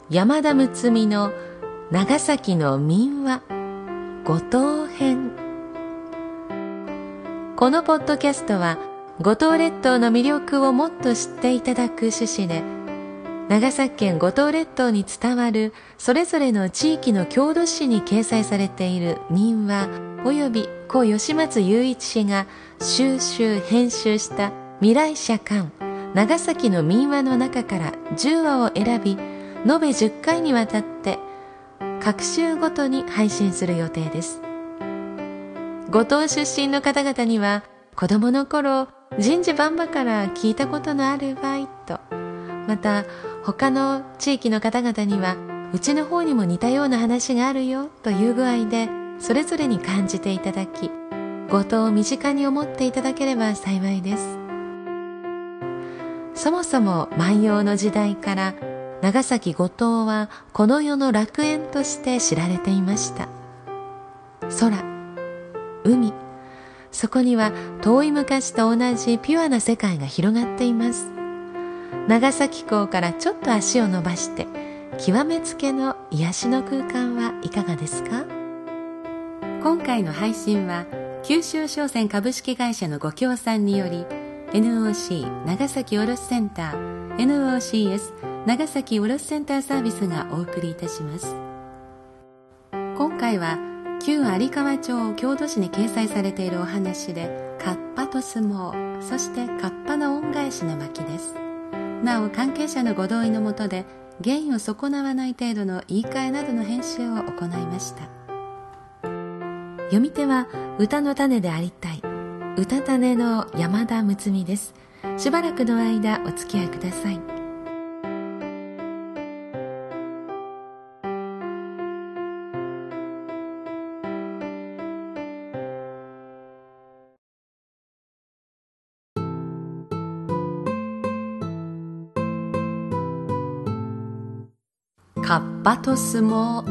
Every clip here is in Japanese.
山田睦美の長崎の民話五島編。このポッドキャストは五島列島の魅力をもっと知っていただく趣旨で、長崎県五島列島に伝わるそれぞれの地域の郷土史に掲載されている民話および故吉松雄一氏が収集編集した未来社館長崎の民話の中から10話を選び、延べ10回にわたって各週ごとに配信する予定です。五島出身の方々には子供の頃人事番場から聞いたことのあるわいと、また他の地域の方々にはうちの方にも似たような話があるよという具合でそれぞれに感じていただき、五島を身近に思っていただければ幸いです。そもそも万葉の時代から長崎五島はこの世の楽園として知られていました。空、海、そこには遠い昔と同じピュアな世界が広がっています。長崎港からちょっと足を伸ばして極めつけの癒しの空間はいかがですか？今回の配信は九州商船株式会社のご協賛により NOC 長崎卸センター NOCS 長崎卸センターサービスがお送りいたします。今回は旧有川町郷土史に掲載されているお話で、カッパと相撲、そしてカッパの恩返しの巻です。なお関係者のご同意のもとで原意を損なわない程度の言い換えなどの編集を行いました。読み手は歌の種でありたい歌種の山田睦美です。しばらくの間お付き合いください。カッパと相撲。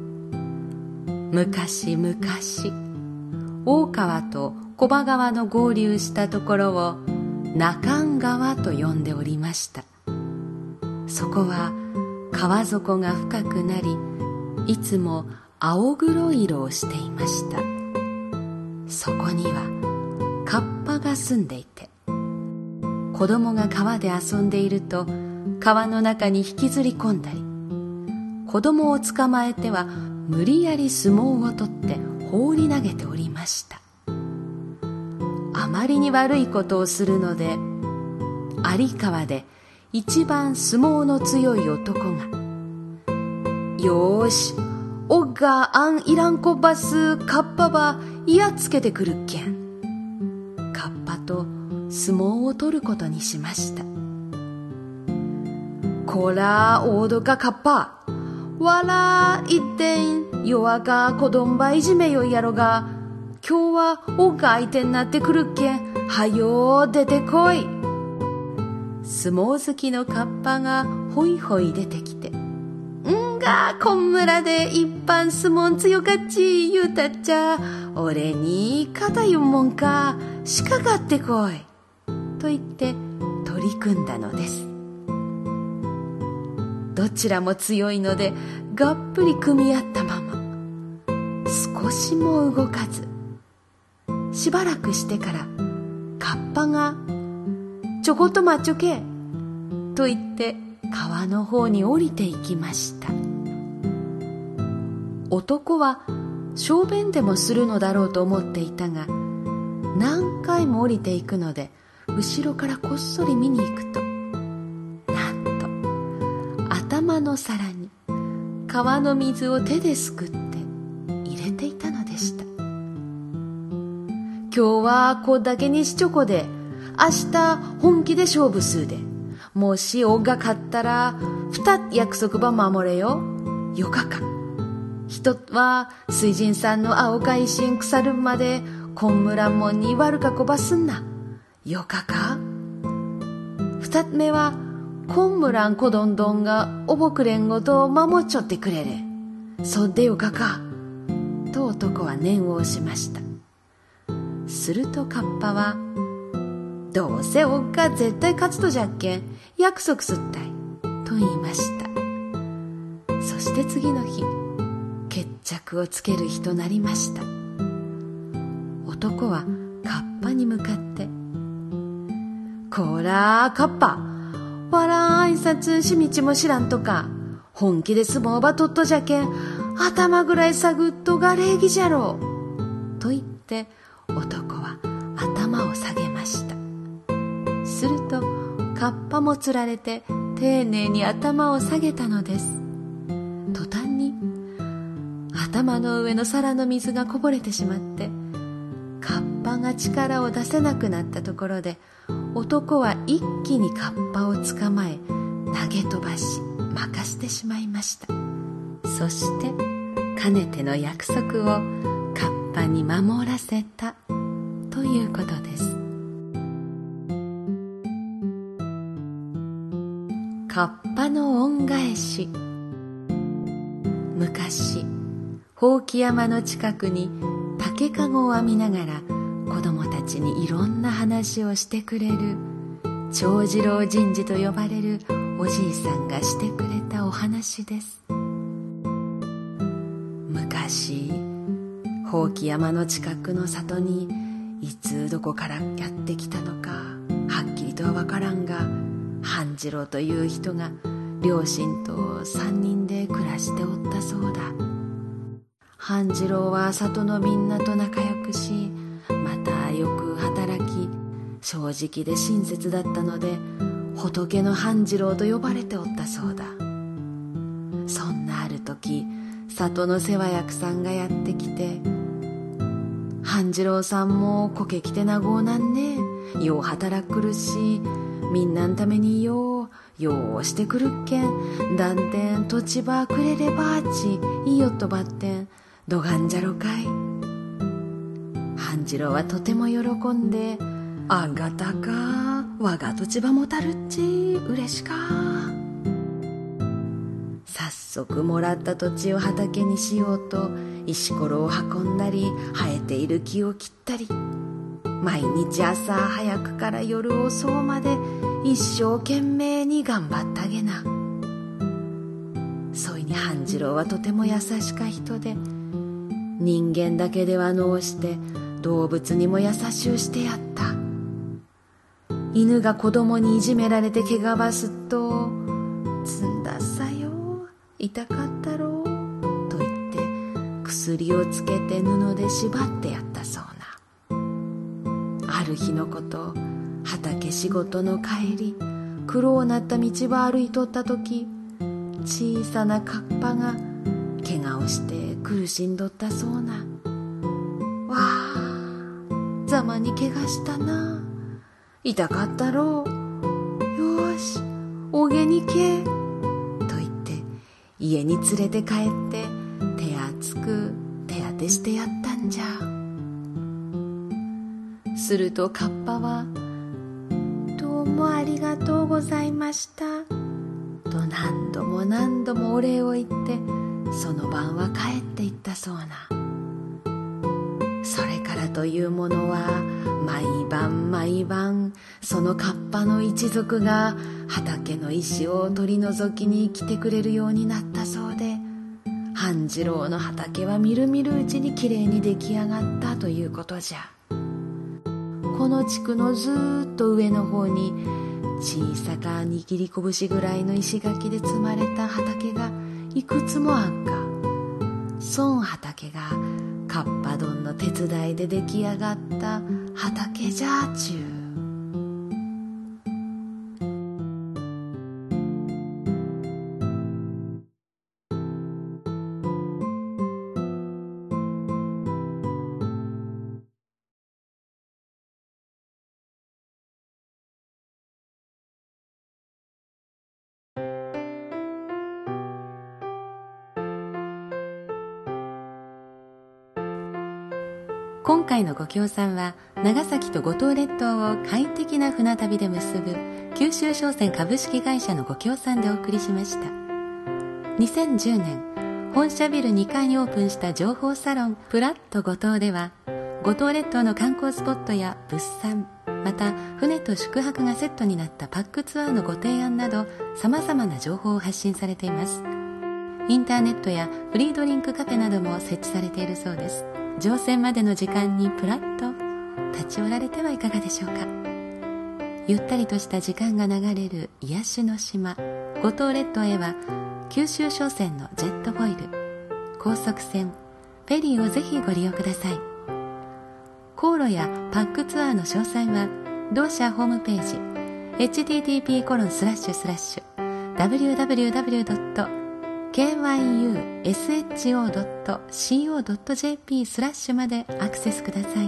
昔々、大川と小場川の合流したところを中ん川と呼んでおりました。そこは川底が深くなり、いつも青黒い色をしていました。そこにはカッパが住んでいて、子供が川で遊んでいると川の中に引きずり込んだり、子供を捕まえては無理やり相撲を取って放り投げておりました。あまりに悪いことをするので、有川で一番相撲の強い男が、よーし、おっがあんいらんこばすカッパばいやっつけてくるっけん。カッパと相撲を取ることにしました。こら大どかカッパ、わら一点弱か子供ばいじめよいやろが、今日はおっが相手になってくるっけん、はよ出てこい。相撲好きのカッパがほいほい出てきて、んがこん村で一般相撲強かっち言うたっちゃ、俺に肩言うもんか、しかかってこいと言って取り組んだのです。どちらも強いのでがっぷり組み合ったまま、少しも動かず、しばらくしてからカッパがちょこっと待っちょけと言って川の方に降りていきました。男は小便でもするのだろうと思っていたが、何回も降りていくので後ろからこっそり見に行くと、頭の皿に川の水を手ですくって入れていたのでした。今日はこだけにしちょこで、明日本気で勝負するで、もしおが勝ったら2約束ば守れよ。よかか。人は水神さんの青海進腐るまでこんむらんもんに悪かこばすんな。よかか。2つ目はこんむらんこどんどんがおぼくれんごと守っちょってくれれ。そっでよかか。と男は念を押しました。するとカッパは、どうせおっが絶対勝つとじゃっけん約束すったいと言いました。 して次の日、決着をつける日となりました。男はカッパに向かって、こらカッパ、わら挨拶しみちも知らんとか、本気で相撲ばとっとじゃけん、頭ぐらい探っとが礼儀じゃろう。と言って男は頭を下げました。するとカッパもつられて丁寧に頭を下げたのです。途端に頭の上の皿の水がこぼれてしまって、カッパが力を出せなくなったところで、男は一気にカッパを捕まえ投げ飛ばし負かしてしまいました。そしてかねての約束をカッパに守らせたということです。カッパの恩返し。昔、ほうき山の近くに竹かごを編みながら子供たちにいろんな話をしてくれる長次郎人事と呼ばれるおじいさんがしてくれたお話です。昔、ほうき山の近くの里にいつどこからやってきたのかはっきりとはわからんが、半次郎という人が両親と3人で暮らしておったそうだ。半次郎は里のみんなと仲良くし、またよく働き、正直で親切だったので仏の半次郎と呼ばれておったそうだ。そんなある時、里の世話役さんがやってきて、半次郎さんもこけきてなごうなんね、よう働くるし、みんなんためにようしてくるっけん、だんてん土地ばくれればちいいよっとばってんどがんじゃろかい。半次郎はとても喜んで、あがたか我が土地ばもたるっちうれしか。早速もらった土地を畑にしようと石ころを運んだり、生えている木を切ったり、毎日朝早くから夜遅うまで一生懸命に頑張ったげな。そいに半次郎はとても優しか人で、人間だけではのうして動物にも優しゅうしてやった。犬が子供にいじめられて怪我ばすっと、つんだっさよ、痛かったろうと言って薬をつけて布で縛ってやったそうな。ある日のこと、畑仕事の帰り、苦労なった道ば歩いとった時、小さなカッパが怪我をして苦しんどったそうな。わあ、ざまに怪我したな、痛かったろう、よしおげにけと言って家に連れて帰って手厚く手当てしてやったんじゃ。するとカッパは、どうもありがとうございましたと何度も何度もお礼を言って、その晩は帰っていったそうな。それからというものは毎晩毎晩そのカッパの一族が畑の石を取り除きに来てくれるようになったそうで、半次郎の畑はみるみるうちにきれいに出来上がったということじゃ。この地区のずーっと上の方に小さか握り拳ぐらいの石垣で積まれた畑がいくつもあんか。そん畑がカッパどんの手伝いで出来上がった畑じゃちゅう。今回のご協賛は、長崎と五島列島を快適な船旅で結ぶ九州商船株式会社のご協賛でお送りしました。2010年、本社ビル2階にオープンした情報サロンプラット五島では、五島列島の観光スポットや物産、また船と宿泊がセットになったパックツアーのご提案など、様々な情報を発信されています。 インターネットやフリードリンクカフェなども設置されているそうです。乗船までの時間にプラッと立ち寄られてはいかがでしょうか。ゆったりとした時間が流れる癒しの島五島列島へは、九州商船のジェットフォイル、高速船、フェリーをぜひご利用ください。航路やパックツアーの詳細は同社ホームページ http://www.kyusho.co.jp/ までアクセスください。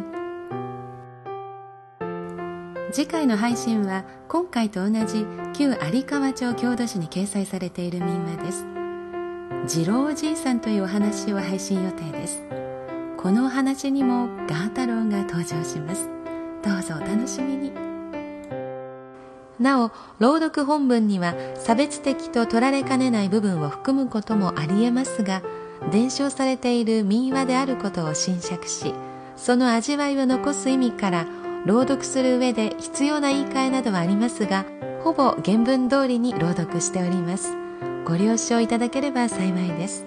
次回の配信は今回と同じ旧有川町郷土史に掲載されている民話です。次郎おじいさんというお話を配信予定です。このお話にもガー太郎が登場します。どうぞお楽しみに。なお、朗読本文には差別的と取られかねない部分を含むこともありえますが、伝承されている民話であることを信釈し、その味わいを残す意味から朗読する上で必要な言い換えなどはありますが、ほぼ原文通りに朗読しております。ご了承いただければ幸いです。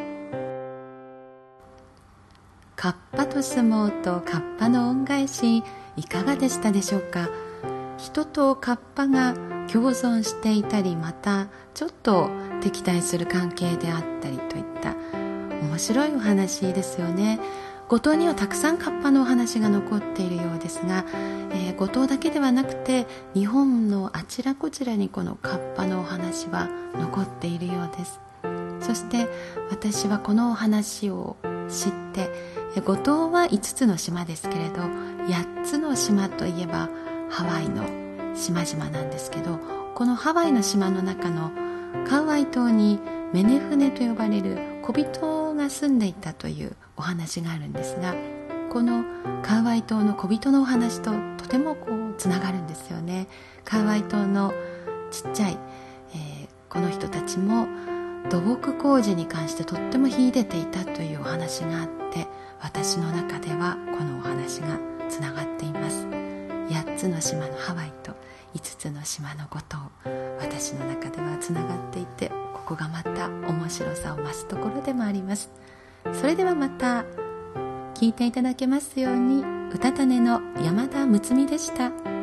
カッパと相撲とカッパの恩返し、いかがでしたでしょうか。人とカッパが共存していたり、またちょっと敵対する関係であったりといった面白いお話ですよね。五島にはたくさんカッパのお話が残っているようですが、五島だけではなくて日本のあちらこちらにこのカッパのお話は残っているようです。そして私はこのお話を知って、五島は5つの島ですけれど、8つの島といえばハワイの島々なんですけど、このハワイの島の中のカウアイ島にメネ船と呼ばれる小人が住んでいたというお話があるんですが、このカウアイ島の小人のお話ととてもつながるんですよね。カウアイ島のちっちゃい、この人たちも土木工事に関してとっても秀でていたというお話があって、私の中ではこのお話がつながっています。8つの島のハワイと5つの島の五島、私の中ではつながっていて、ここがまた面白さを増すところでもあります。それではまた聞いていただけますように、うたたねの山田睦美でした。